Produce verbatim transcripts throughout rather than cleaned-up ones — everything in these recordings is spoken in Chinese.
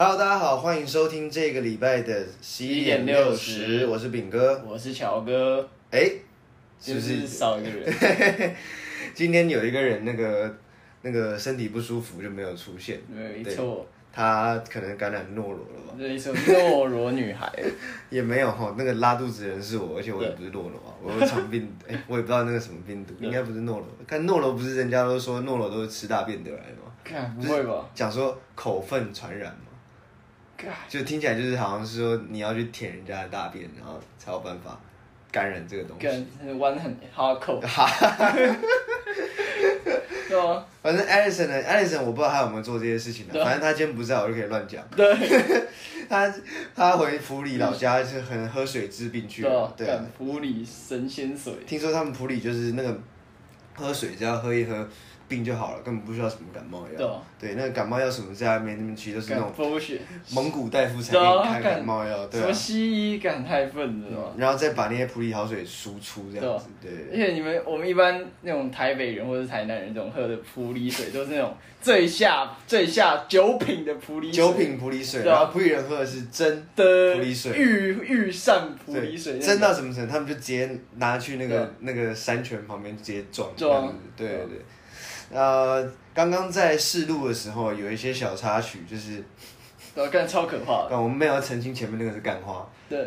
Hello， 大家好，欢迎收听这个礼拜的十一点六十，我是炳哥， 我是乔哥。 哎、欸， 是不是少一个人？ 今天有一个人那个那个身体不舒服就没有出现， 没错， 他可能感染诺罗了吧？ 对，是诺罗女孩。 也没有哈，那个拉肚子的人是我，而且我也不是诺罗啊，我有肠病，哎、欸，我也不知道那个什么病毒，应该不是诺罗。看诺罗不是人家都说诺罗都是吃大便得来的吗？ 看不会吧？ 讲说口粪传染嘛。就听起来就是好像是说你要去舔人家的大便，然后才有办法感染这个东西。 弯很哈口。对啊。 反正 Alison 呢 ，Alison 我不知道他有没有做这些事情的，反正他今天不在，我就可以乱讲。 对。 他他回埔里老家是很喝水治病去了。 对啊。埔里神仙水。 听说他们埔里就是那个喝水只要喝一喝。病就好了，根本不需要什么感冒药。对、啊，对，那个感冒药什么在那边那边其实都是那种蒙古大夫才给你开感冒药，对啊。 什么西医感太笨了嘛、嗯， 然后再把那些普洱好水输出这样子，对。 而且你们我们一般那种台北人或者是台南人这种喝的普洱水，都是那种最下最下九品的普洱水。九品普洱水，然后普洱人喝的是真的普洱水， 御御膳普洱水。 真到什么程度？他们就直接拿去那个那个山泉旁边直接装。装。对对对。呃，刚刚在试录的时候有一些小插曲，就是， 对，干超可怕的。 我们没有澄清前面那个是干话。 对。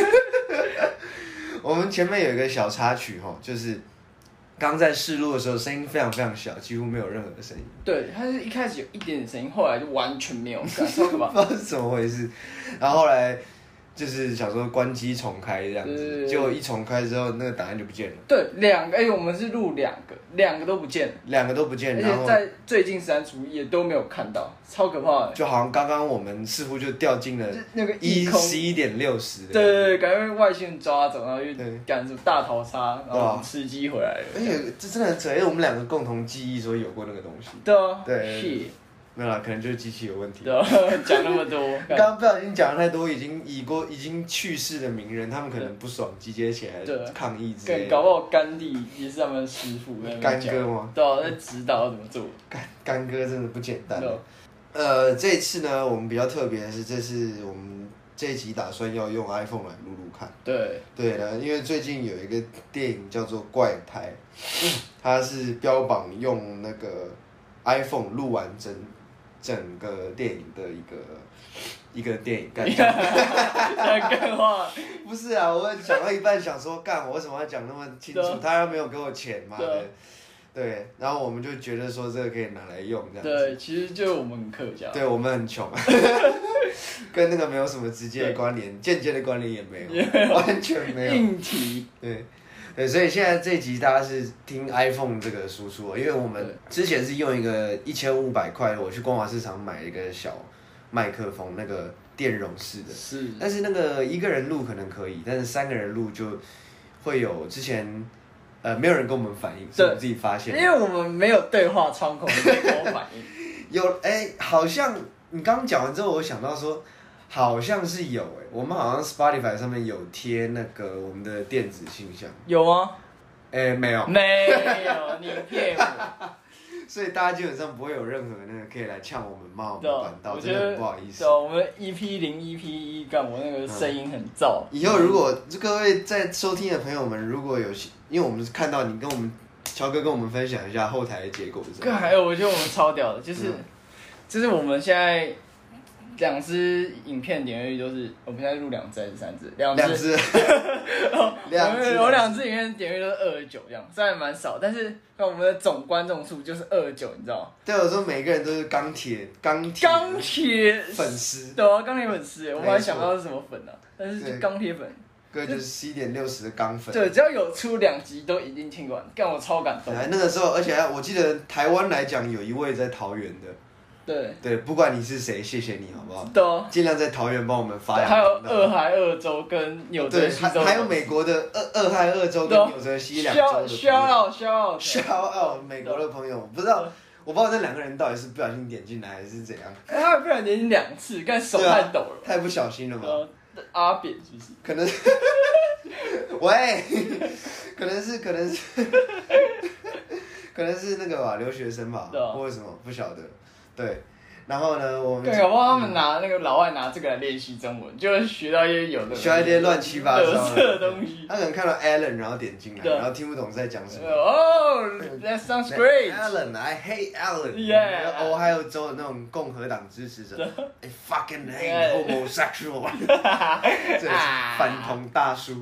我们前面有一个小插曲哈，就是刚在试录的时候，声音非常非常小，几乎没有任何的声音。 对，它是一开始有一点点声音，后来就完全没有，超可怕。 不知道是怎么回事，然后后来。就是想说关机重开这样子，结果一重开之后，那个档案就不见了。 对，两个，哎、欸，我们是录两个，两个都不见了， 两个都不见， 而且在最近删除也都没有看到，超可怕的。 就好像刚刚我们似乎就掉进了那个一十一点六十。 对对对，感觉外星人抓走，然后又赶什么大逃杀，然后吃鸡回来了。 而且这真的很扯，因为我们两个共同记忆说有过那个东西。 对啊。 对。没有啦，可能就是机器有问题。 对，讲那么多， 刚刚不小心讲了太多，已经已过已经去世的名人，他们可能不爽，集结起来抗议之类的。 搞不好甘地也是他们的师傅。 干哥吗？ 对啊，在指导怎么做。 干干哥真的不简单。呃，这一次呢，我们比较特别的是，这是我们这一集打算要用 iPhone 来录录看。对。对的，因为最近有一个电影叫做《怪胎》，它是标榜用那个 iPhone 录完整。整个电影的一个一个电影干干话， 不是啊！我讲到一半想说干，我为什么要讲那么清楚？他又没有给我钱嘛，对对。然后我们就觉得说这个可以拿来用这样子。 对，其实就是我们很客家。 对，我们很穷，跟那个没有什么直接的关联，间接的关联也没有，完全没有。 硬题。 对。对，所以现在这一集大家是听 iPhone 这个输出，因为我们之前是用一个一千五百块，我去光华市场买一个小麦克风，那个电容式的，是，但是那个一个人录可能可以，但是三个人录就会有之前呃没有人跟我们反映，是我们自己发现， 因为我们没有对话窗口，没跟我反映。 有哎、欸，好像你刚刚讲完之后，我想到说。好像是有诶、欸，我们好像 Spotify 上面有贴那个我们的电子信箱。 有吗？ 诶、欸，没有。 没有，你骗我。 所以大家基本上不会有任何那个可以来呛我们骂我们的管道，真的很不好意思。 对，我们 E P 零 E P 一干，我那个声音很燥、 嗯。以后如果各位在收听的朋友们，如果有，因为我们是看到你跟我们乔哥跟我们分享一下后台的结果是什么？ 还有，我觉得我们超屌的，就是、嗯、就是我们现在。两支影片点阅率都是，我们现在录两支还是三支？两支。两支。有两支影片点阅都是二十九这样，虽然蛮少，但是看我们的总观众数就是二十九，你知道吗？ 对，我说每个人都是钢铁钢铁钢铁粉丝。 对啊，钢铁粉丝，我们还想不到是什么粉呢、啊，但是就钢铁粉。 哥就是十一点六十的钢粉。 对，只要有出两集都一定听完，干我超感动。 那个时候，而且我记得台湾来讲，有一位在桃园的。 对对，不管你是谁，谢谢你好不好？ 对、啊， 尽量在桃园帮我们发扬。 还有俄亥俄州跟纽泽西州， 还有美国的俄俄亥俄州跟纽泽西两州的。 shout out shout out shout out 美国的朋友，不知道我不知道这两个人到底是不小心点进来还是怎样。 哎，他不小心点进两次，但手太抖了、 啊，太不小心了嘛。 阿扁是不是？ 可能，喂，可能是可能是，可能是那个吧，留学生吧，或者什么不晓得。对， 然后呢，我们对，搞不好他们拿那个老外拿这个来练习中文，就会学到一些有的学到一些乱七八糟的东西。 他可能看到 Alan 然后点进来，然后听不懂在讲什么。 哦、oh, ，That sounds great. Alan, I hate Alan. Yeah. 俄亥俄州的那种共和党支持者 ，I fucking hate homosexual. 这是反同大叔。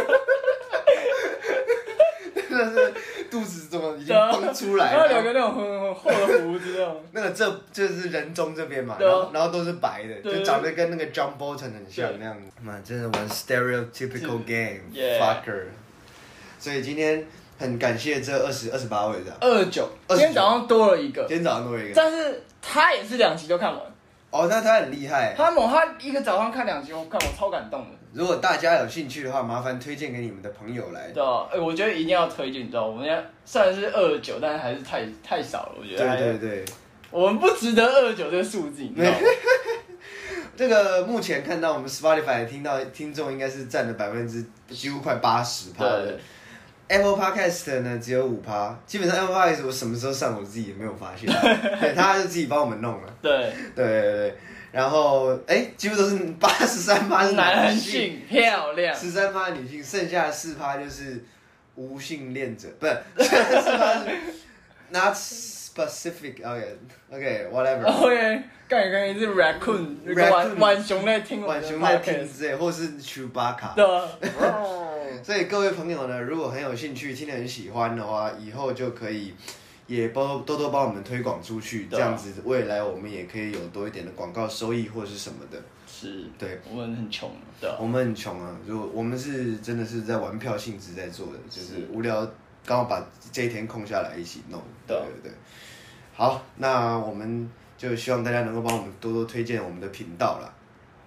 真的是肚子怎么已经崩出来了？ 然后留个那种很很厚的胡子那种。 那个这就是人中这边嘛，然后然后都是白的，就长得跟那个 John Bolton 很像那样子。妈，真的玩 stereotypical game，fucker。所以今天很感谢这二十二十八位的。 二九，今天早上多了一个。 今天早上多了一个。 但是他也是两集都看完。 哦，那他很厉害。 他猛，他一个早上看两集，我看我超感动的。 如果大家有兴趣的话，麻烦推荐给你们的朋友来。 对啊，哎，我觉得一定要推荐，你知道，我们家虽然是二九，但是还是太太少了，我觉得。 对对对。 我们不值得二九这个数字，你知道吗？ 这个目前看到我们 Spotify 听到听众应该是占了百分之几乎快八十趴的。Apple Podcast 呢只有五趴，基本上 Apple Podcast 我什么时候上我自己也没有发现，对，他就自己帮我们弄了。 对对对对，然后哎，几乎都是八十三趴是男性， 漂亮， 十三趴女性，剩下的四趴就是无性恋者，不是，四趴是 not specific，OK OK whatever。 OK， 刚刚是 raccoon， 浣熊在听， 浣熊在听之类，或是 Chewbacca。对。所以各位朋友呢，如果很有兴趣，听得很喜欢的话，以后就可以也多多多帮我们推广出去，这样子未来我们也可以有多一点的广告收益或是什么的。 是， 对， 我们很穷，对， 我们很穷啊，如果我们是真的是在玩票性质在做的，就是无聊刚好把这一天空下来一起弄。对对对。好，那我们就希望大家能够帮我们多多推荐我们的频道啦。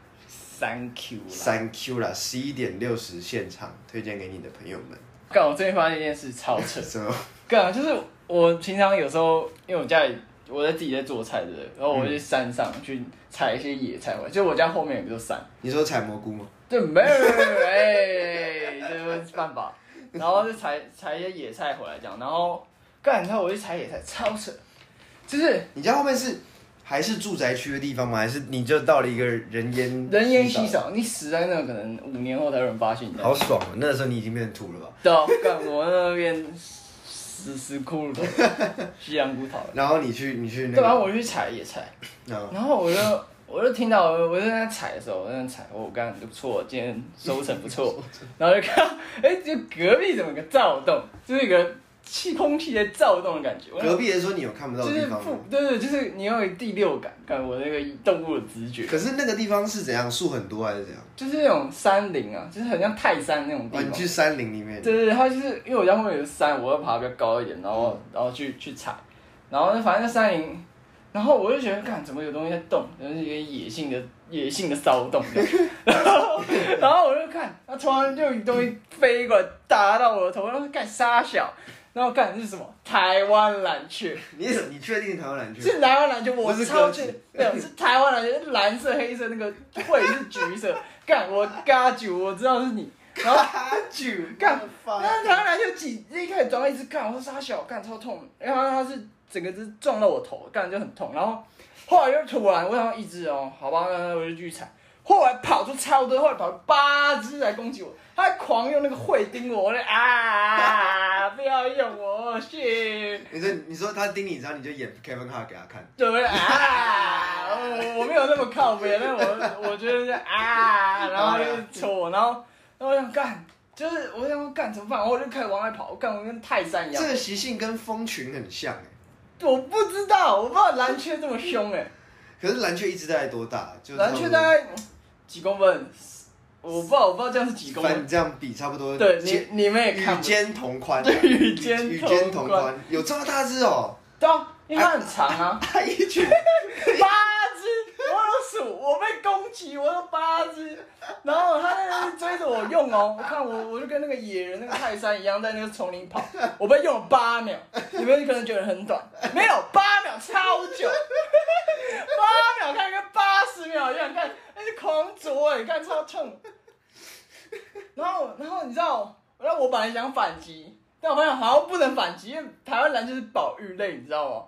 Thank you 啦 ，Thank you 啦！十一点六十现场推荐给你的朋友们。 干，我最近发现一件事超扯。 什么？ 干，就是我平常有时候，因为我家里我在自己在做菜，对不对？然后我会去山上去采一些野菜回来，就我家后面有个山。 你说采蘑菇吗？ 对，没有没有没有，哎，这是办法。然后就采采一些野菜回来这样，然后干，你知道我去采野菜超扯，就是你家后面是。还是住宅区的地方吗？还是你就到了一个人烟人烟稀少？你死在那可能五年后才有人发现你。 好爽啊！那个时候你已经变成土了吧？ 对啊，干我那边死死枯了，西洋古草了。 然后你去你去那个， 对啊，我去采野菜，然后我就我就听到我就在那采的时候，我在那采，我刚刚不错，今天收成不错，然后就看，哎，就隔壁怎么有个躁动，就是一个。气空气在躁动的感觉。 隔壁人说你有看不到的地方吗？ 对对，就是你有第六感，看我那个动物的直觉。 可是那个地方是怎样？树很多还是怎样？ 就是那种山林啊，就是很像泰山那种地方。 哦，你去山林里面？ 对对对，它就是因为我家后面有山，我要爬比较高一点，然后、嗯、然后去去采，然后反正那山林，然后我就觉得，看怎么有东西在动，就是一个野性的野性的骚动，然后然后我就看，它突然就有东西飞过来打到我的头，然后干沙小。然后干的是什么？台湾蓝雀。 你你确定台湾蓝雀？ 是台湾蓝雀，我超确定。没有，是台湾蓝雀，是蓝色、黑色，那个喙是橘色。干，我嘎九，我知道是你。然后嘎九， 干。那台湾蓝雀几一开始撞到一直干，我说傻小，干超痛。然后它是整个是撞到我头，干就很痛。然后后来又突然，我想要一只哦，好吧，那我就继续踩。后来跑出超多，后来跑出八只来攻击我，他还狂用那个喙叮我，我就啊，不要用我，谢。 你说你说他叮你，然后你就演 Kevin Hart 给他看。 对啊，我我没有那么靠北，但我我觉得是啊，然后他就戳我，然后然后我想干，就是我想干怎么办，然后我就开始往外跑，干我跟泰山一样。 这个习性跟蜂群很像哎。 我不知道，我不知道蓝雀这么凶哎。 可是蓝雀一只大概多大？就是蓝雀大概几公分？我不知道，我不知道这样是几公分。 反正这样比差不多。 对，你你们也看。 与肩同宽。 对，与肩与肩同宽，有这么大只哦。 对啊，因为它很长啊。 它一群八只，我有数，我被攻击，我有八只，然后它在那边追着我用哦，我看我我就跟那个野人那个泰山一样在那个丛林跑，我被用了八秒，你们可能觉得很短，没有八秒超久，八秒看跟八十秒一样，看那是狂啄哎，看超痛，然后然后你知道，然后我本来想反击。但我发现好像不能反击，因为台湾蓝就是保育类，你知道吗？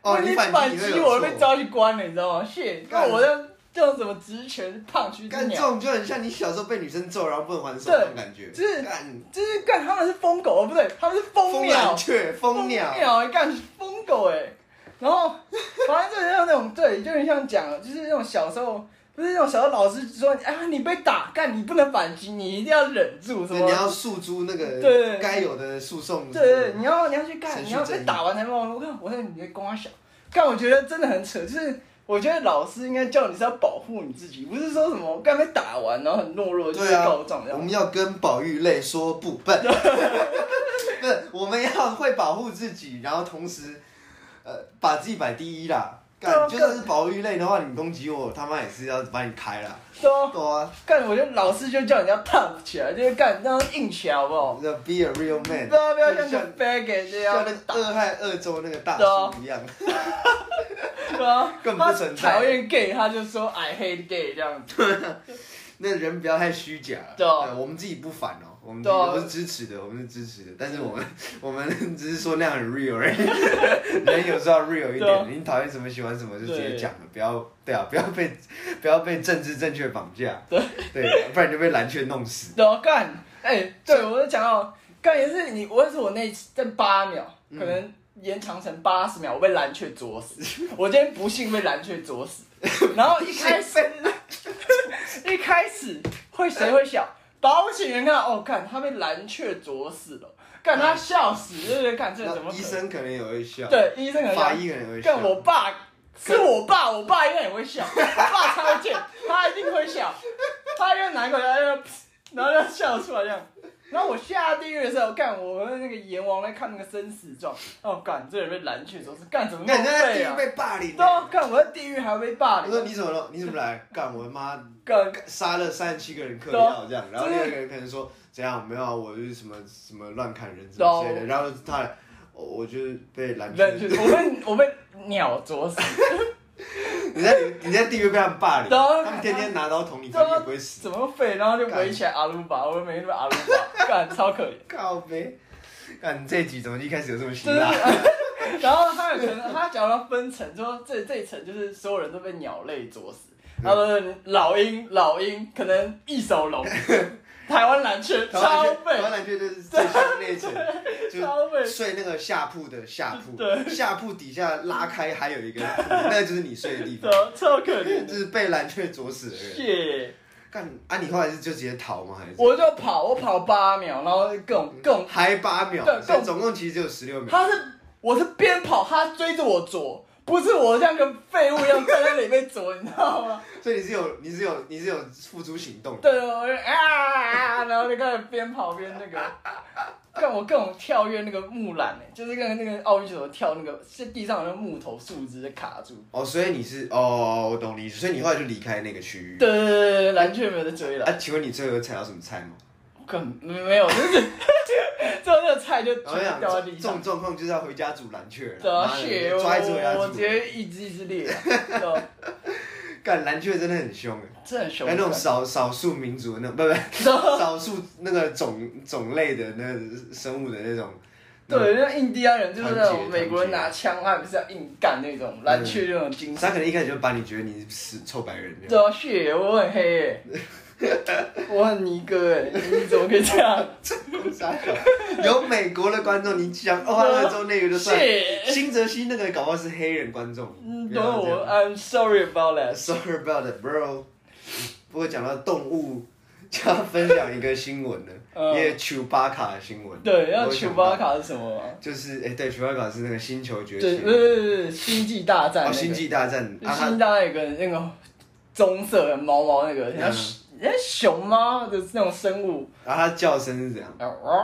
哦，你反击我被抓去关了，你知道吗？谢，看我这这种什么职权胖虚之鸟， 干这种就很像你小时候被女生揍，然后不能还手那种感觉。 就是就是干，他们是疯狗，不对，他们是疯鸟， 蓝雀，疯鸟， 疯鸟，干疯狗哎。然后反正就像那种对，就很像讲，就是那种小时候。不是那种小时候老师说，啊，你被打，干你不能反击，你一定要忍住，什么？ 你要诉诸那个对该有的诉讼。 对对，你要你要去干，你要被打完才放。我看我看你在光小，干我觉得真的很扯，就是我觉得老师应该叫你是要保护你自己，不是说什么干被打完然后很懦弱就被告状这样。 我们要跟保育类说不笨，不是我们要会保护自己，然后同时呃把自己摆第一啦。干，就算是保育类的话，你攻击我，他妈也是要把你开啦。 对啊。对啊。干，我觉得老师就叫人家 tough 起来，就是干，这样硬起来好不好？ 要 be a real man。 对啊，不要像个 faggot 这样。 像那个俄亥俄州那个大叔一样。 对啊。 根本不存在。 讨厌 gay， 他就说 I hate gay 这样子。 那人不要太虚假。对啊。我们自己不反哦。我们我是支持的，我们是支持的，但是我们我们只是说那样很 real 而已，人有时候要 real 一点，你讨厌什么喜欢什么就直接讲了，不要对啊，不要被不要被政治正确绑架，对对，不然你就被蓝雀弄死。 对啊，干，哎，对我就讲到干也是你，我也是我那在八秒，可能延长成八十秒，我被蓝雀啄死，我今天不幸被蓝雀啄死，然后一开始一开始会谁会笑？保险员看到哦，看他被蓝雀啄死了，干他笑死，对不对？看这怎么？ 医生可能也会笑。 对，医生可能法医可能也会笑。 干我爸是我爸，我爸应该也会笑，我爸超贱，他一定会笑，他就拿口笑，然后就笑出来这样。然后我下地狱的时候，干我和那个阎王在看那个生死状，哦，干这人被蓝雀啄死，干怎么那么废啊？ 被霸凌。 对啊，干我在地狱还要被霸凌。 我说你怎么了？你怎么来？干我他妈干杀了三十七个人嗑药这样，然后另外一个人可能说怎样没有啊，我就是什么什么乱砍人之类的，然后他我就是被蓝雀， 我被我被鸟啄死。 你在你在地狱被他们霸凌，他们天天拿刀捅你，反正也不会死。 怎么废？然后就围起来阿鲁巴，我每天都阿鲁巴，干超可怜。 靠北，干这集怎么一开始有这么辛辣？ 然后他有可能他假如要分层，说这这一层就是所有人都被鸟类啄死，然后老鹰老鹰可能一手龙。台湾蓝雀超废， 台湾蓝雀就是最下那一层，就睡那个下铺的下铺，下铺底下拉开还有一个铺，那就是你睡的地方， 超可怜， 就是被蓝雀啄死的人。 谢。 干啊！你后来是就直接逃吗？还是？ 我就跑，我跑八秒，然后各种各种还八秒，对，所以总共其实只有十六秒。 他是我是边跑，他追着我啄。不是我像个废物一样站在那里被啄，你知道吗？ 所以你是有你是有你是有付诸行动的。 对，我就啊，然后就开始边跑边那个，看我各种跳跃那个木栏哎，就是跟那个奥运选手跳那个，是地上有那个木头树枝在卡住。 哦，所以你是哦，我懂你意思，所以你后来就离开那个区域。 对对对对，蓝雀没有在追了。 啊，请问你最后有踩到什么菜吗？ 可没有，就是最后那个菜就掉在地上。 这种状况就是要回家煮蓝雀了。 对啊，血抓住我我直接一只一只裂。 干蓝雀真的很凶哎， 真的很凶。 那种少少数民族的那不不少数那个种种类的那个生物的那种。 对，那印第安人就是那种美国人拿枪，他不是要硬干那种蓝雀那种精神。 他可能一开始就把你觉得你是臭白人。 对啊，血我很黑哎。我很尼哥哎，你怎么可以这样？ 有美国的观众，你讲俄亥俄州那个就算，新泽西那个搞不好是黑人观众。 嗯，对我 ，I'm sorry about that. Sorry about that, bro. 不过讲到动物，就要分享一个新闻了，因为丘巴卡的新闻。 对，要丘巴卡是什么？ 就是哎，对，丘巴卡是那个星球崛起。 对对对对，星际大战。 哦，星际大战。 星际大战有个那个棕色的毛毛那个，像像熊猫的那种生物。 然后它叫声是怎样？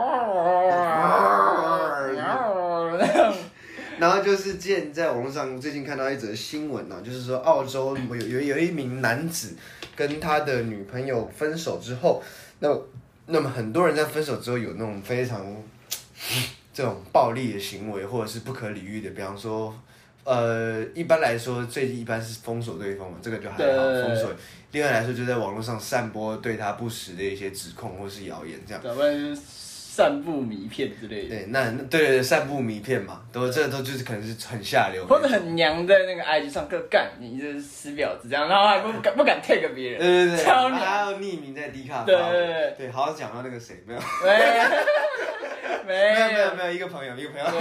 然后就是之前在网络上最近看到一则新闻呢、啊，就是说澳洲有有有一名男子跟他的女朋友分手之后，那那么很多人在分手之后有那种非常这种暴力的行为，或者是不可理喻的，比方说，呃，一般来说最一般是封锁对方嘛，这个就还好封锁。另外来说，就在网络上散播对他不实的一些指控或是谣言，这样。 对，不然就是散步迷片之类的。 对，那对对对，散步迷片嘛，都这都就是可能是很下流， 或者很娘在那个 I G 上各干，你这是死婊子这样，然后还不敢不敢 take 别人， 对对对， 超娘，还有匿名在 D 卡发， 对对对对，好像讲到那个谁没有？ 没没有没有没有一个朋友一个朋友。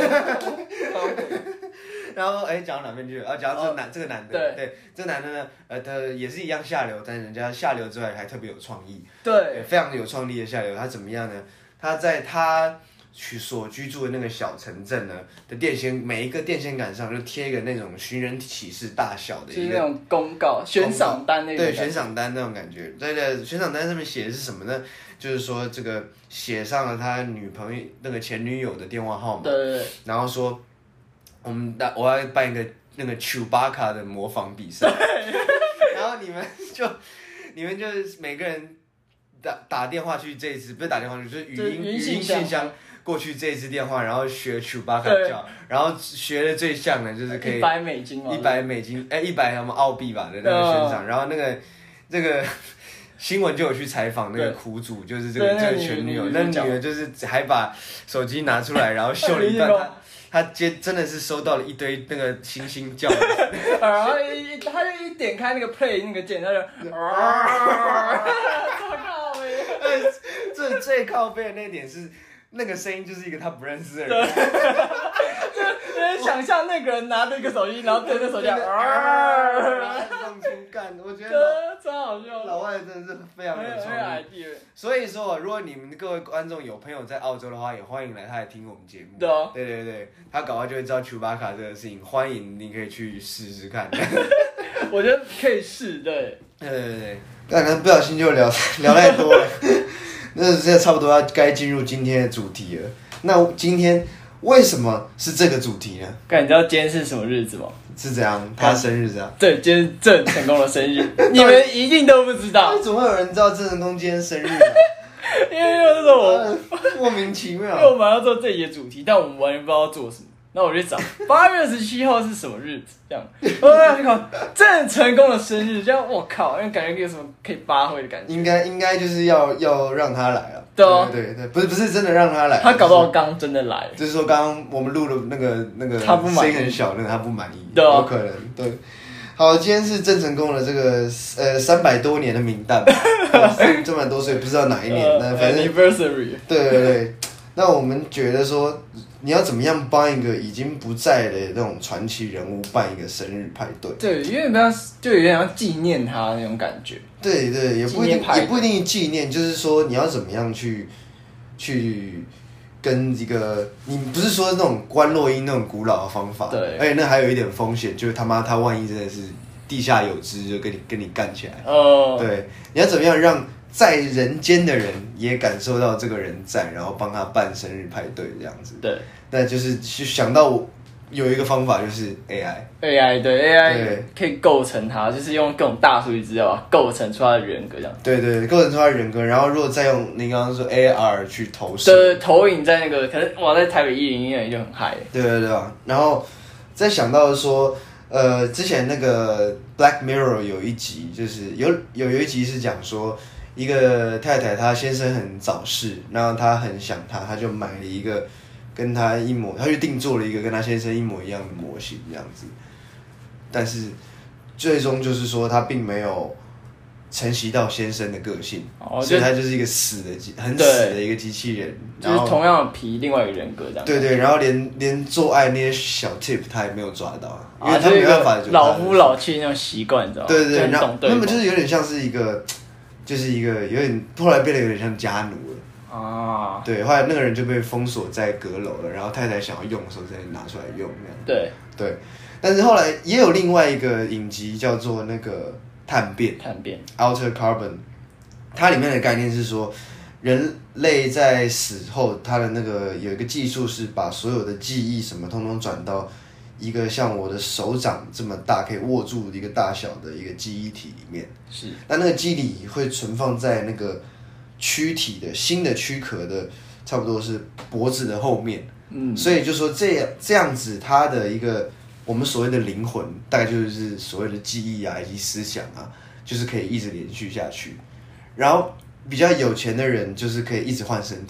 然后哎，讲到哪边去了？啊，讲到这个男、哦、这个男的，对对，这个男的呢，呃，他也是一样下流，但是人家下流之外还特别有创意， 对， 非常有创意的下流。他怎么样呢？他在他去所居住的那个小城镇呢的电线，每一个电线杆上就贴一个那种寻人启事大小的一个， 就是那种公告、悬赏单那种。 对，悬赏单那种感觉。对对，悬赏单上面写的是什么呢？就是说这个写上了他女朋友那个前女友的电话号码， 对对对， 然后说。我们打，我要办一个那个 Chewbacca 的模仿比赛，然后你们就，你们就每个人打打电话去这一次，不是打电话，就是语音语音信箱过去这一次电话，然后学 Chewbacca 叫，然后学的最像的就是可以一百美金一百美金，哎，一百什么澳币吧的那个悬赏，然后那个这个。新闻就有去采访那个苦主，就是这个这个前女友，那女的就是还把手机拿出来，然后秀了一段她他接真的是收到了一堆那个星星叫， 然后一他就一点开那个 play 那个键，他就，啊，靠背， 最最靠背的那一点是。那个声音就是一个他不认识的人， 就想象那个人拿着一个手机，然后对着手机，啊， 放出干，我觉得超好笑。 老外真的是非常有创意。所以说，如果你们各位观众有朋友在澳洲的话，也欢迎来他来听我们节目。 对啊， 对对对，他搞完就会知道 Chewbacca 这个事情，欢迎你可以去试试看。 我觉得可以试，对。 对对对，刚才不小心就聊聊太多了。那现在差不多要该进入今天的主题了。那今天为什么是这个主题呢？ 干，你知道今天是什么日子吗？ 是怎样？他生日这样？ 对，今天是郑成功的生日，你们一定都不知道。 怎么会有人知道郑成功今天生日呢？ 因为那时候我莫名其妙。 因为我们要做这一节主题，但我们完全不知道做什么。那我就找八月十七号是什么日子？这样，我要去考郑成功的生日，这样我靠，因为感觉有什么可以发挥的感觉。 应该应该就是要要让他来了。 对啊， 对对对，不是不是真的让他来， 他搞不好刚真的来。 就是说刚刚我们录的那个那个他不满意， 声音很小，那个他不满意， 对啊， 有可能对。好，今天是郑成功的这个呃三百多年的名单，这么多岁不知道哪一年，那反正 anniversary。 对对对，那我们觉得说。你要怎么样帮一个已经不在的那种传奇人物办一个生日派对？ 对，因为比较就有点像纪念他那种感觉。 对对，也不一定，也不一定纪念，就是说你要怎么样去去跟一个，你不是说那种关落音那种古老的方法， 对， 而且那还有一点风险，就是他妈他万一真的是地下有知，就跟你跟你干起来。 哦， 对，你要怎么样让在人间的人也感受到这个人在，然后帮他办生日派对这样子。 对， 那就是想到我有一个方法，就是 A I。A I 对 A I 可以构成他，就是用各种大数据资料构成出他的人格这样。 对对，构成出他的人格，然后如果再用你刚刚说 A R 去投射， 对，投影在那个可能哇，在台北一零一那里就很嗨。 对对对啊，然后再想到说，呃，之前那个 Black Mirror 有一集，就是有有有一集是讲说。一个太太，她先生很早逝，然后她很想他，她就买了一个跟他一模，她就定做了一个跟她先生一模一样的模型这样子。但是最终就是说，她并没有承袭到先生的个性，哦、所以她就是一个死的机，很死的一个机器人。 就是同样的皮，另外一个人格这样。 对对，然后连连做爱那些小 tip 她也没有抓到，因为她没办法、啊、 老夫老妻那种习惯，你知道吗？ 对对对，然后他们就是有点像是一个。就是一个有点，后来变得有点像家奴了啊。对，后来那个人就被封锁在阁楼了，然后太太想要用的时候再拿出来用那样。 对对，但是后来也有另外一个影集叫做那个碳变， 碳变 Alter Carbon， 它里面的概念是说，人类在死后，它的那个有一个技术是把所有的记忆什么通通转到。一个像我的手掌这么大，可以握住一个大小的一个记忆体里面。 是， 那那个记忆体会存放在那个躯体的新的躯壳的，差不多是脖子的后面。嗯，所以就说这样这样子，它的一个我们所谓的灵魂，大概就是所谓的记忆啊，以及思想啊，就是可以一直连续下去。然后比较有钱的人，就是可以一直换身体。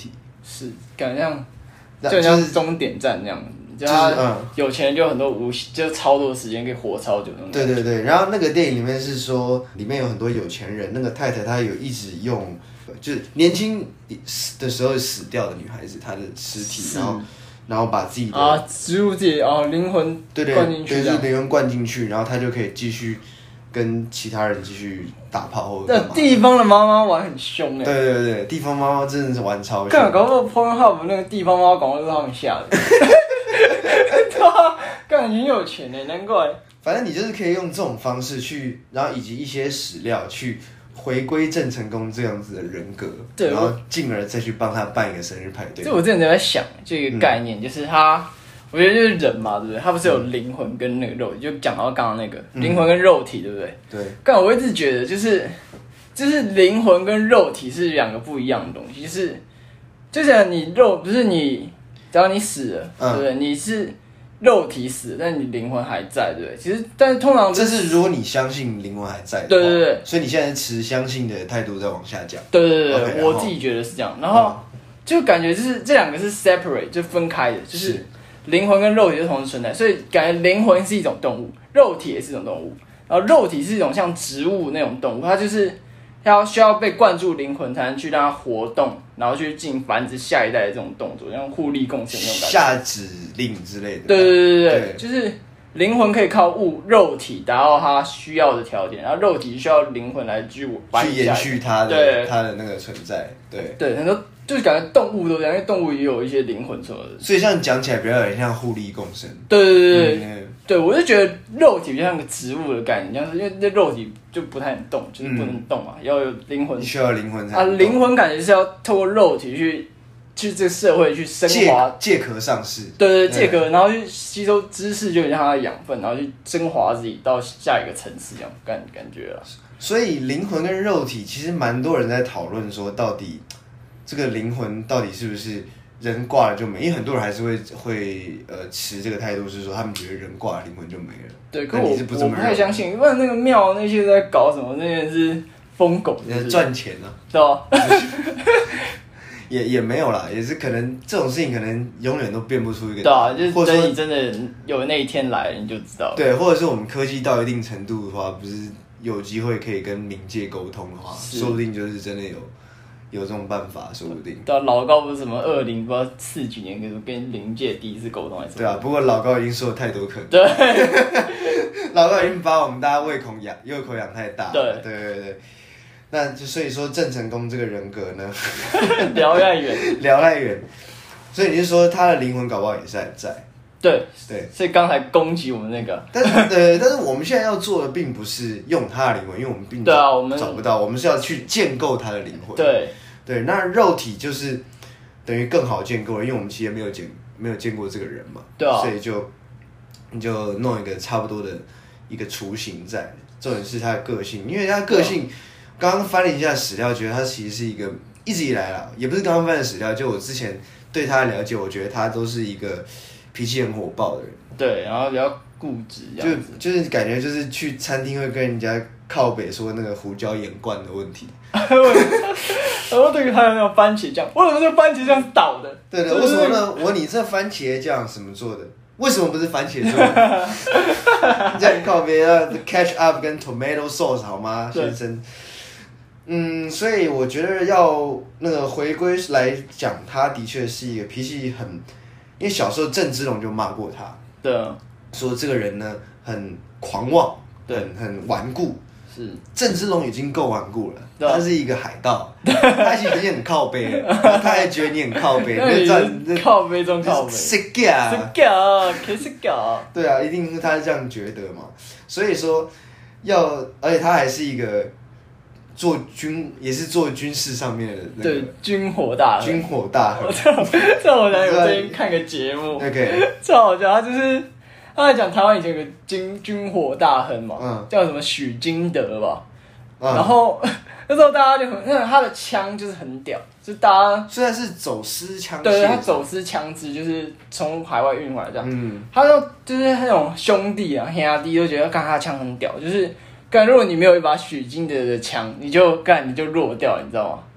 是，感觉像就像终点站那样。就他有钱人就很多无就超多时间可以活超久那种。 对对对，然后那个电影里面是说，里面有很多有钱人，那个太太她有一直用，就是年轻的时候死掉的女孩子，她的尸体，然后然后把自己的啊植入自己啊灵魂灌进去， 对对对，灵魂灌进去，然后她就可以继续跟其他人继续打炮或者干嘛。 那地方的妈妈玩很凶哎。 对对对，地方妈妈真的是玩超凶。 看搞不好 Pornhub 那个地方妈妈广告都是他们下的。对啊，干很有钱呢，难怪。 反正你就是可以用这种方式去，然后以及一些史料去回归郑成功这样子的人格，对，然后进而再去帮他办一个生日派对。 就我之前就在想，就一个概念，嗯、就是他，我觉得就是人嘛，对不对？他不是有灵魂跟那个肉体，就讲到刚刚那个灵魂跟肉体，对不对？ 对。 但我一直觉得，就是就是灵魂跟肉体是两个不一样的东西，就是就是你肉不是你。只要你死了，嗯、对不对？你是肉体死了，但你灵魂还在，对不对？其实，但是通常这是如果你相信灵魂还在的话， 对对对。 所以你现在持相信的态度在往下降。 对对对， okay, 我自己觉得是这样。然后、嗯、就感觉就是这两个是 separate， 就分开的，就是灵魂跟肉体是同时存在，所以感觉灵魂是一种动物，肉体也是一种动物。然后肉体是一种像植物那种动物，它就是要需要被灌注灵魂才能去让它活动。然后去进繁殖下一代的这种动作，像互利共生那种感觉。 下指令之类的。 对对对对对，就是灵魂可以靠物肉体达到它需要的条件，然后肉体需要灵魂来去去延续它的它的那个存在。对对，很多就是感觉动物都这样，因为动物也有一些灵魂什么的。 所以像讲起来比较有点像互利共生。 对对对对。嗯对，我就觉得肉体就像个植物的概念，像是因为这肉体就不太能动，就是不能动嘛，嗯、要有灵魂。 你需要灵魂才能动。 啊，灵魂感觉是要透过肉体去去这个社会去升华， 借壳上市。 对对，借壳，然后去吸收知识，就有点像它的养分，然后去升华自己到下一个层次，这样感感觉了。 所以灵魂跟肉体其实蛮多人在讨论说，到底这个灵魂到底是不是？人挂了就没，因为很多人还是会会呃持这个态度，是说他们觉得人挂了灵魂就没了。 对，可我不我不太相信，因为那个庙那些在搞什么，那些是疯狗， 赚钱啊， 对吧？ 也也没有啦，也是可能这种事情可能永远都变不出一个。 对啊，就是等你真的有那一天来了，你就知道。 对，或者是我们科技到一定程度的话，不是有机会可以跟冥界沟通的话，说不定就是真的有。有这种办法，说不定。 对啊，老高不是什么二零不知道四几年跟跟灵界第一次沟通还是什么？ 对啊，不过老高已经说了太多可能。 对， 老高已经把我们大家胃口养胃口养太大了。 对对对对，那就所以说郑成功这个人格呢， 聊太远， 聊太远。所以你是说他的灵魂搞不好也是还在？ 对对， 所以刚才攻击我们那个， 但是对，但是我们现在要做的并不是用他的灵魂，因为我们并对啊，我们找不到，我们是要去建构他的灵魂。 对。 对，那肉体就是等于更好建构了，因为我们其实没有见没有见过这个人嘛， 对啊， 所以就你就弄一个差不多的一个雏形在。重点是他的个性，因为他的个性，刚刚翻了一下史料，觉得他其实是一个一直以来啦，也不是刚刚翻的史料，就我之前对他的了解，我觉得他都是一个脾气很火爆的人， 对，然后比较固执， 就就是感觉就是去餐厅会跟人家靠北说那个胡椒盐罐的问题。 然后对于还有那种番茄酱，为什么这个番茄酱是倒的？ 对的，为什么呢？我问你，这番茄酱什么做的？为什么不是番茄做的？这样靠北啊 ，ketchup up 跟 tomato sauce 好吗，先生？嗯，所以我觉得要那个回归来讲，他的确是一个脾气很，因为小时候郑芝龙就骂过他， 对， 说这个人呢很狂妄，对，很很顽固。 是郑芝龙已经够顽固了，他是一个海盗，他其实你很靠背了，他还觉得你很靠背， 那靠背中靠背， 是假， 是假，可是假。 对啊，一定是他这样觉得嘛。所以说要，而且他还是一个做军，也是做军事上面的那个， 对，军火大亨， 军火大亨。 这我想我最近看个节目 ，OK， 超好笑，他就是。他在讲台湾以前有个军军火大亨嘛，嗯、叫什么许金德吧，嗯、然后那时候大家就很，那他的枪就是很屌，就大家虽然是走私枪， 对，他走私枪支就是从海外运回来这样，嗯、他就就是那种兄弟啊兄弟都觉得干他的枪很屌，就是干如果你没有一把许金德的枪，你就干你就弱掉，你知道吗？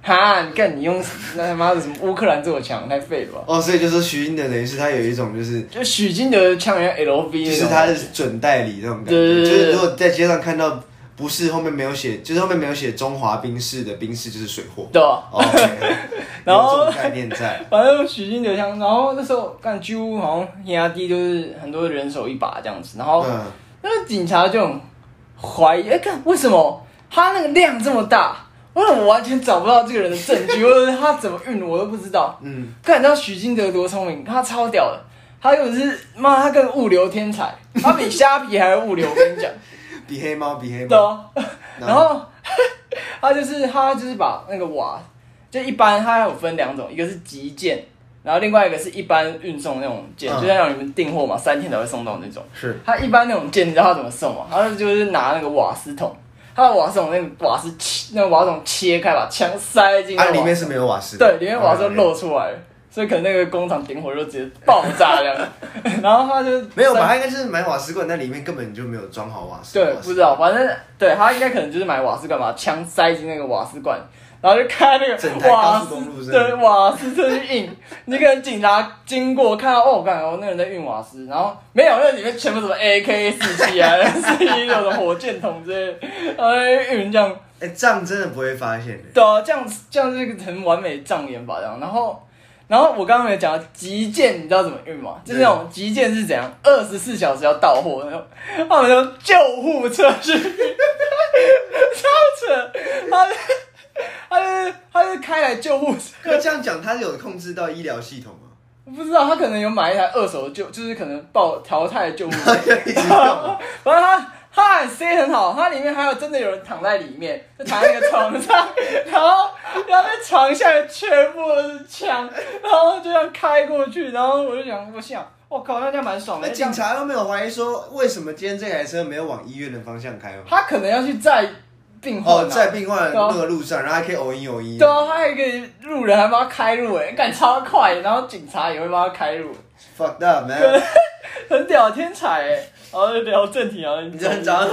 哈，你干你用那他妈的什么乌克兰做枪，太废了吧？ 哦，所以就说许金德等于是他有一种就是， 就许金德的枪像 L V， 就是他是准代理那种感觉。对对对，就是如果在街上看到不是后面没有写，就是后面没有写中华宾士的宾士就是水货。 对啊。 哦、okay, 然后有这种概念在。 反正许金德枪，然后那时候干几乎好像压低就是很多人手一把这样子，然后那个警察就很怀疑，哎，看为什么他那个量这么大？为什么我完全找不到这个人的证据，或者他怎么运我都不知道。嗯，看你知道许金德多聪明，他超屌的，他又是妈，他跟物流天才，他比虾皮还要物流，我跟你讲， 比黑猫比黑猫。 对啊，然后他就是他就是把那个瓦，就一般他有分两种，一个是急件，然后另外一个是一般运送那种件，嗯、就像让你们订货嘛，三天才会送到那种。是，他一般那种件，你知道他怎么送吗？他就是拿那个瓦斯桶。他的瓦斯桶那个瓦斯切，那个瓦斯桶切开，把枪塞进。 啊，里面是没有瓦斯。 对，里面瓦斯都露出来了，所以可能那个工厂点火就直接爆炸这样。然后他就没有吧？他应该就是买瓦斯罐，但里面根本就没有装好瓦斯。 对，不知道，反正对他应该可能就是买瓦斯罐，把枪塞进那个瓦斯罐。然后就开那个瓦斯，对瓦斯车去运。你可能警察经过看到，哦，我感觉那个人在运瓦斯，然后没有，那里面全部什么 A K 四七啊、四一六的火箭筒之类的，然后运这样。 哎、欸，这样真的不会发现的。 对啊，这样这样是一个很完美的障眼法这样。然后，然后我刚刚没有讲到急件，你知道怎么运吗？就是那种急件是怎样，二十四小时要到货那种，他们用救护车去运，超扯，他。他是他是开来救护车。 可这样讲，他有控制到医疗系统吗？ 我不知道，他可能有买一台二手的救，就是可能爆淘汰的救护车。 一直用。 反正他他很 塞 很好，他里面还有真的有人躺在里面，就躺在那个床上，然后然后那床下面全部都是枪，然后就这样开过去，然后我就想，我想，我靠，那这样蛮爽的。 那警察都没有怀疑说，为什么今天这台车没有往医院的方向开吗？ 他可能要去载。病患、啊、 哦，在病患那个路上，然后还可以偶一偶一。 对啊，他还可以路人还帮他开路哎，干超快，然后警察也会帮他开路。 Fucked up man， 很屌天才哎。然后就聊正题啊， 你很早。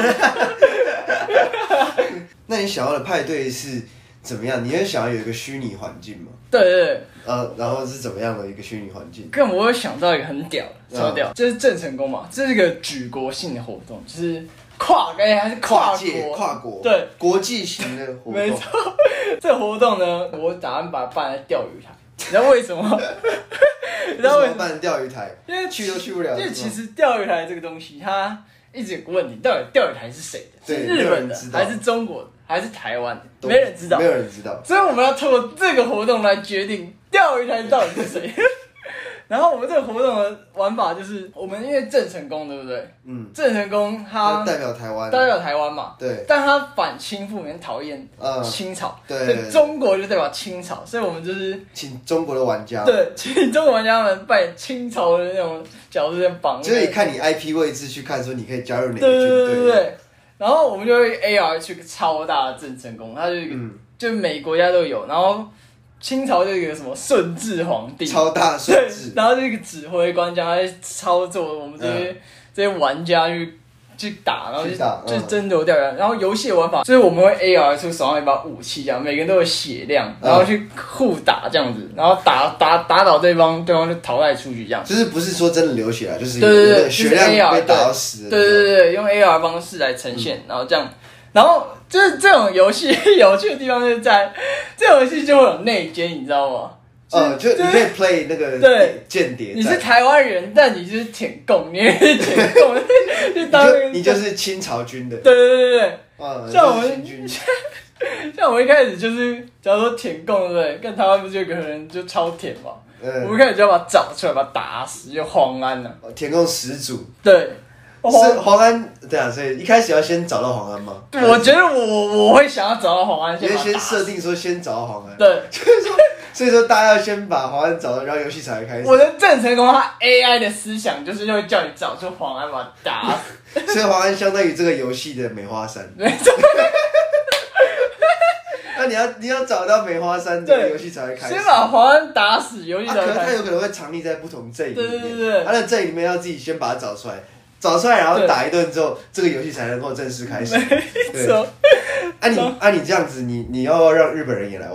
那你想要的派对是怎么样？你会想要有一个虚拟环境吗？ 对对对。 呃，然后是怎么样的一个虚拟环境？ 跟我有想到一个很屌，超屌，这、嗯、是郑成功嘛，这是一个举国性的活动，就是。跨哎还是跨国界跨国对国际型的活动， 没错。这个活动呢，我打算把它办在钓鱼台。你知道为什么？ 你知道为什么办钓鱼台？因为去都去不了。 因为其实钓鱼台这个东西，它一直有个问题，到底钓鱼台是谁的？是日本的，还是中国的，还是台湾的？没人知道， 没有人知道。 所以我们要透过这个活动来决定钓鱼台到底是谁。然后我们这个活动的玩法就是，我们因为郑成功对不对？嗯。郑成功他代表台湾， 代表台湾嘛。 对。 但他反清复明，讨厌清朝。 对。 所以中国就代表清朝，所以我们就是请中国的玩家。 对，请中国玩家们扮演清朝的那种角色，绑。 就是你看你 I P 位置去看，说你可以加入哪个军队。对对对对。然后我们就会 A R 去个超大的郑成功，他就一个，嗯、就每国家都有，然后。清朝就有一个什么顺治皇帝， 超大顺治， 然后就一个指挥官将来操作我们这些、嗯、这些玩家去去打，然后就打、嗯、就是争夺掉人。然后游戏玩法就是我们会 A R 出手上一把武器，这样每个人都有血量，然后去互打这样子，然后打打打倒对方，对方就淘汰出局这样。 就是不是说真的流血啊，就是对对对， 血量被打到死。 对对对对，用 A R 方式来呈现，嗯、然后这样。然后就是这种游戏有趣的地方就是在这种游戏就会有内奸，你知道吗？ 呃，就你可以 play 那个对间谍， 你是台湾人，但你就是舔共，你是舔共， 就当那个你就是清朝军的。 对对对对， 嗯， 像我们像我们一开始就是，假如说舔共，对不对？跟台湾不是有个人就超舔嘛，嗯、我们一开始就要把他找出来，把他打死，就黄安呐、 啊，舔共始祖。 对。 是黄安对啊，所以一开始要先找到黄安吗？ 对，我觉得我我会想要找到黄安， 先因为先设定说先找到黄安， 对， 就是说，所以说大家要先把黄安找到，然后游戏才会开始。 我的郑成功他 A I 的思想就是会叫你找出黄安，把他打死。 所以黄安相当于这个游戏的梅花山。 没错。 那你要你要找到梅花山，这个游戏才会开始。 先把黄安打死，游戏才会开始。 啊、可能他有可能会藏匿在不同阵营里面， 对对对对， 他的阵营里面要自己先把它找出来。找出来，然后打一顿之后，这个游戏才能够正式开始。 没错。 啊你啊你这样子，你你要让日本人也来玩？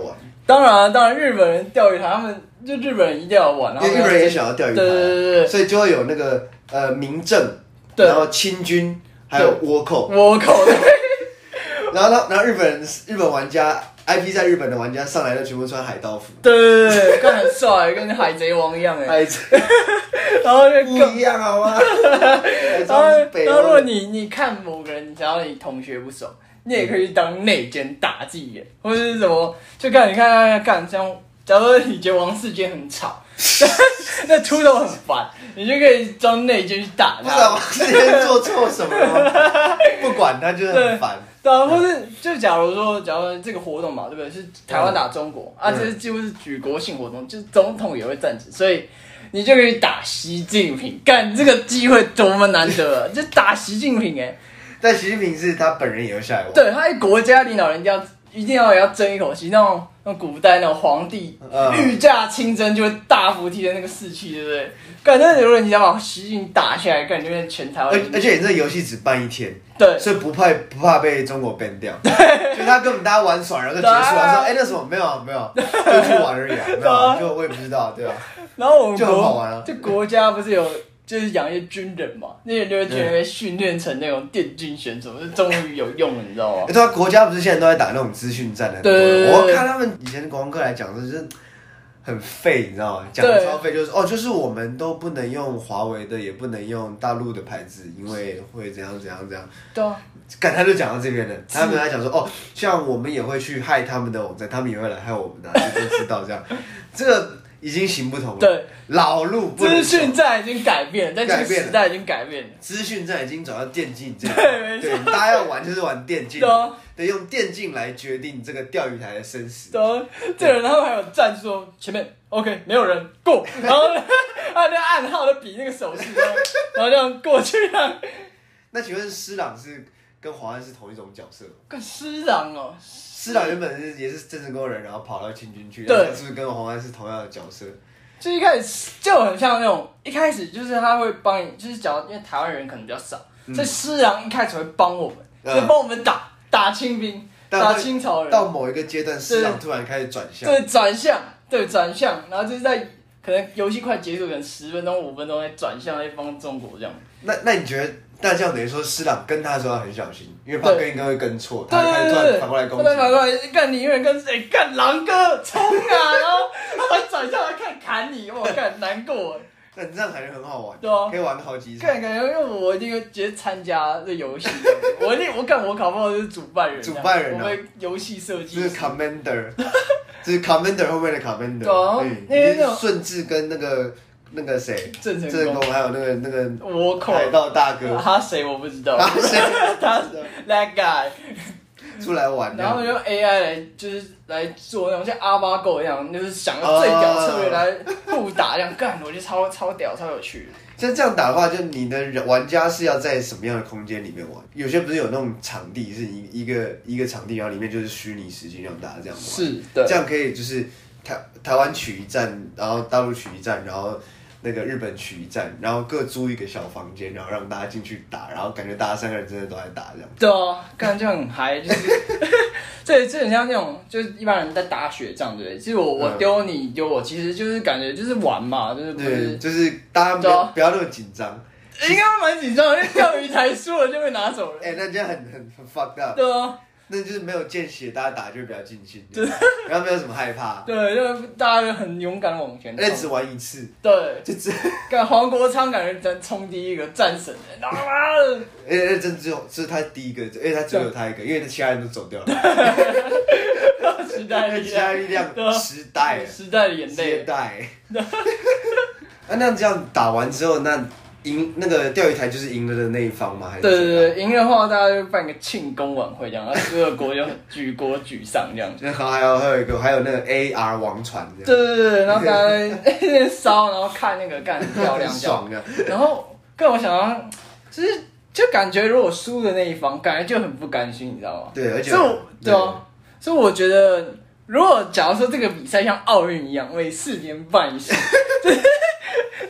当然当然，日本人钓鱼台，他们就日本人一定要玩， 因为日本人也想要钓鱼台， 对对对对， 所以就会有那个呃民政，然后清军，还有倭寇， 倭寇对。 然后然后日本人日本玩家 I P 在日本的玩家上来就全部穿海盗服， 对对对，看很帅，跟海贼王一样哎。 海贼， 然后就不一样好吗？ 然后然后如果你你看某个人，假如你同学不熟，你也可以当内奸打自己，或者是什么，就看你看看看像，假如你觉得王世坚很吵。那秃头很烦，你就可以装内奸去打他。 不是王世坚做错什么吗？不管他就是很烦。 对啊，或是就假如说，假如这个活动嘛，对不对？是台湾打中国、嗯、啊，这几乎是举国性活动，就是总统也会站职，所以你就可以打习近平。干，这个机会多么难得啊！就打习近平哎、欸。 但习近平是他本人也会下来玩。 对，他国家领导人要一定要也要争一口气，那种那种古代那种皇帝御驾亲征就会大幅提升那个士气，对不对？感觉如果你想把习近平打下来，感觉全台湾。 而而且你这游戏只办一天， 对， 所以不怕不怕被中国 ban 掉。对，就他根本大家玩爽，然后就结束了，说哎、欸、那什么没有没有，就去玩而已啊，没有，就我也不知道，对吧？ 然后我们就很好玩啊， 就国家不是有。就是养一些军人嘛，那些人就会觉得被训练成那种电竞选手，就终于有用了，你知道吗？ 对啊，国家不是现在都在打那种资讯战的？对，我看他们以前的国光课来讲，就是很废，你知道吗？讲的超废，就是哦，就是我们都不能用华为的，也不能用大陆的牌子，因为会怎样怎样怎样。 对啊， 干他就讲到这边了，他们在讲说哦，像我们也会去害他们的网站，他们也会来害我们的，你就知道这样，这个。已经行不通了。 对， 老路不能走。 资讯站已经改变了，在这个时代已经改变了。 资讯站已经走到电竞这样。对，没错。大家要玩就是玩电竞。对啊。得用电竞来决定这个钓鱼台的生死。 对啊。这个然后还有战术说前面 OK 没有人过，然后他那暗号就比那个手势，然后这样过去啊。 那请问施朗是跟黄安是同一种角色？ 跟施朗哦。 施朗原本是也是政治工人，然后跑到清军去，对，是不是跟黄安是同样的角色？ 就一开始就很像那种，一开始就是他会帮你，就是假如因为台湾人可能比较少，嗯、所以施朗一开始会帮我们，所以帮我们打打清兵，打清朝人。 到某一个阶段，施朗突然开始转向， 对，转向，对，转向，然后就是在可能游戏快结束，可能十分钟、五分钟再转向来帮中国这样。 那那你觉得？但这样等于说，施朗跟他的时候很小心，因为怕跟一个会跟错，他开始突然反过来攻击。对对对，反过来干你，因为跟谁干狼哥冲啊，然后他还转向来看砍你，我干难过。 那你这样感觉很好玩， 对啊， 可以玩好几场。 感感觉，因为我一定会直接参加这游戏，我一定我干我搞不好就是主办人， 主办人， 我们游戏设计， 这是 commander， 这是 commander 后面的 commander， 对， 那顺治跟那个。那个谁， 郑成功，还有那个那个倭寇海盗大哥， 他谁我不知道， 他谁？ 他 that guy 出来玩， 然后用 A I 来就是来做那种像阿巴狗一样，就是想要最屌策略来互打这样干，我觉得超超屌超有趣。 像这样打的话，就你的玩家是要在什么样的空间里面玩？有些不是有那种场地，是一一个一个场地，然后里面就是虚拟实境让大家这样玩， 是的， 这样可以就是台台湾取一站，然后大陆取一站，然后。那个日本取一站，然后各租一个小房间，然后让大家进去打，然后感觉大家三个人真的都在打这样。 对啊，感觉就很嗨，就是这这很像那种，就是一般人在打雪仗，对不对？其实我我丢你丢我，其实就是感觉就是玩嘛，就是不是就是大家不要、啊、不要那么紧张。 应该蛮紧张的，因为钓鱼台输了就被拿走了。 哎、欸，那这样很很很 fucked up。 对啊。 那就是没有见血，大家打就会比较尽兴，然后没有什么害怕。 对，就大家就很勇敢的往前冲。 而且只玩一次。 对， 就只。 干黄国昌感觉真冲第一个战神，然后妈的。 而且真只有是他第一个，而且他只有他一个，因为其他人都走掉了。 时代力量， 其他力量，时代， 时代的眼泪。 时代。那那这样打完之后，那。赢那个钓鱼台就是赢了的那一方吗？还是？ 对对对，赢的话大家就办个庆功晚会这样，然后各个国就举国举上这样。 然后还有还有一个还有那个 A R 王船这样。 对对对，然后大家在那边烧，然后看那个干很漂亮这样。然后跟我想到，就是就感觉如果输的那一方，感觉就很不甘心，你知道吗？ 对，而且。 所以对啊，所以我觉得，如果假如说这个比赛像奥运一样，每四年办一次。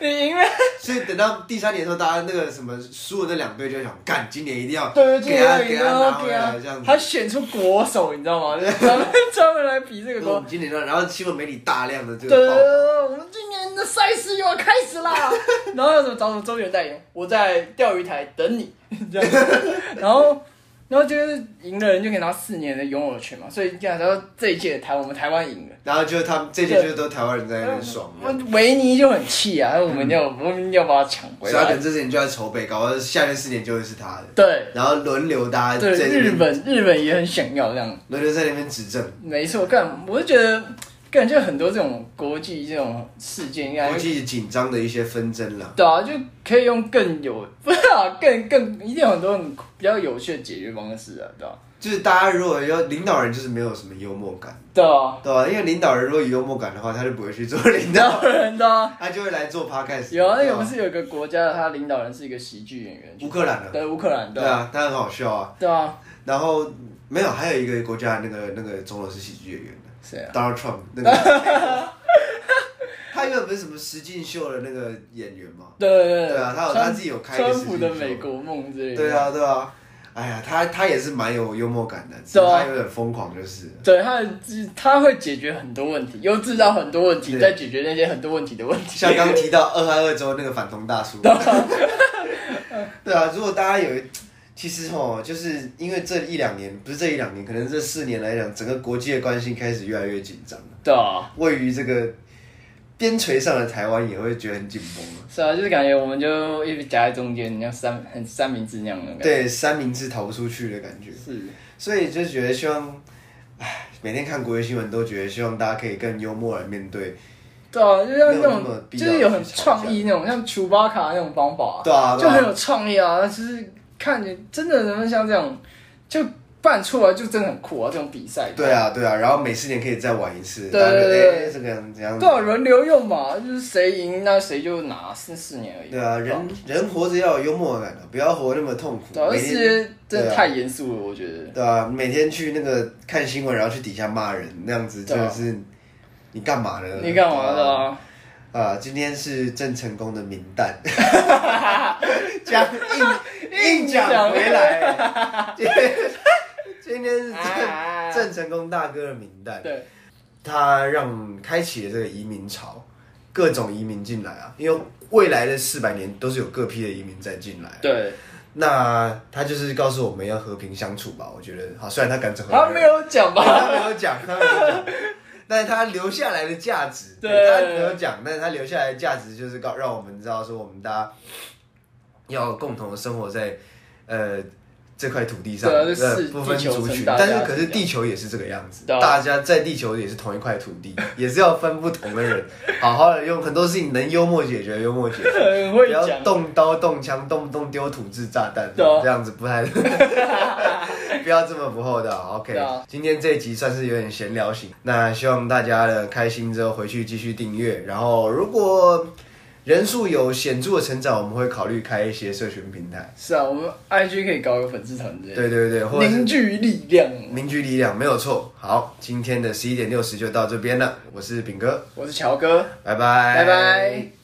你赢了。 所以等到第三年的时候，大家那个什么输的那两队就想，干，今年一定要对给他给他拿回来这样子。 他选出国手，你知道吗？专门专门来比这个国。 今年的，然后新闻媒体大量的这个报道。 对，我们今年的赛事又要开始啦。然后有什么找什么周元代言，我在钓鱼台等你这样。然后。然后就是赢的人就可以拿四年的拥有权嘛，所以这样，然后这一届台我们台湾赢了， 然后就他们这一届就都台湾人在那边爽。 维尼就很气啊，我们要、嗯、我们要把他抢回来。 所以他可能这四年就在筹备，搞到下面四年就会是他的。 对， 然后轮流大家在对日本日本也很想要这样， 轮流在那边执政。 没错，干我就觉得。感觉很多这种国际这种事件，应该国际紧张的一些纷争啦。 对啊，就可以用更有，不是啊，更更一定有很多很比较有趣的解决方式啊，对吧、啊？ 就是大家如果要领导人，就是没有什么幽默感。 对啊， 对啊，因为领导人如果有幽默感的话，他就不会去做领导人的、啊， 他就会来做 podcast。 有啊，那个不是有一个国家，他领导人是一个喜剧演员， 乌克兰的。 对，乌克兰。 对啊，他很好笑啊。 对啊。 然后没有，还有一个国家那个那个总统是喜剧演员。 谁啊 ？Donald Trump 那个，他原本不是什么实境秀的那个演员吗？ 对对对。 对啊，他有他自己有开一个实境秀。 川普的美国梦之类的。 对啊对啊，哎呀，他他也是蛮有幽默感的，只是他有点疯狂就是。 对，他他会解决很多问题，又制造很多问题，再解决那些很多问题的问题。 像刚提到二亥二州那个反同大叔。对啊，如果大家有。其实吼，就是因为这一两年，不是这一两年，可能这四年来讲，整个国际的关系开始越来越紧张了。 对啊， 位于这个边陲上的台湾也会觉得很紧绷了。 是啊，就是感觉我们就一直夹在中间，像三很三明治那样的感觉。 对，三明治逃不出去的感觉。 是， 所以就觉得希望，唉，每天看国际新闻都觉得希望大家可以更幽默来面对。 对啊，就像那种，就是有很创意那种，像楚巴卡那种方法， 对啊， 就很有创意啊，就是。看你真的能像这样，就办出来就真的很酷啊！这种比赛。 对啊，对啊，然后每四年可以再玩一次。 对对对， 欸、这个这样。 对啊，轮流用嘛，就是谁赢那谁就拿，四四年而已。 对啊，人人活着要有幽默感的，不要活那么痛苦。 对啊，这些真的太严肃了，我觉得。 对啊，每天去那个看新闻，然后去底下骂人，那样子真的是，你干嘛呢？ 你干嘛的啊？ 啊，今天是郑成功的名单，讲硬硬讲回来，今天今天是郑郑成功大哥的名单， 对， 他让开启了这个移民潮，各种移民进来啊，因为未来的四百年都是有各批的移民再进来， 对， 那他就是告诉我们要和平相处吧，我觉得好，虽然他赶走， 他没有讲吧， 他没有讲，他没有讲。但是他留下来的价值，对他没有讲，但是他留下来的价值就是告让我们知道说，我们大家要共同的生活在呃这块土地上， 对， 不分族群。但是可是地球也是这个样子，大家在地球也是同一块土地，也是要分不同的人，好好的用很多事情能幽默解决，幽默解决，不要动刀动枪，动不动丢土制炸弹，这样子不太。不要这么不厚道 ，OK。今天这一集算是有点闲聊型，那希望大家的开心之后回去继续订阅，然后如果人数有显著的成长，我们会考虑开一些社群平台。 是啊，我们 I G 可以搞个粉丝团之类的。 对对对，或者凝聚力量， 凝聚力量没有错。好，今天的十一点六十就到这边了，我是炳哥， 我是乔哥， 拜拜， 拜拜。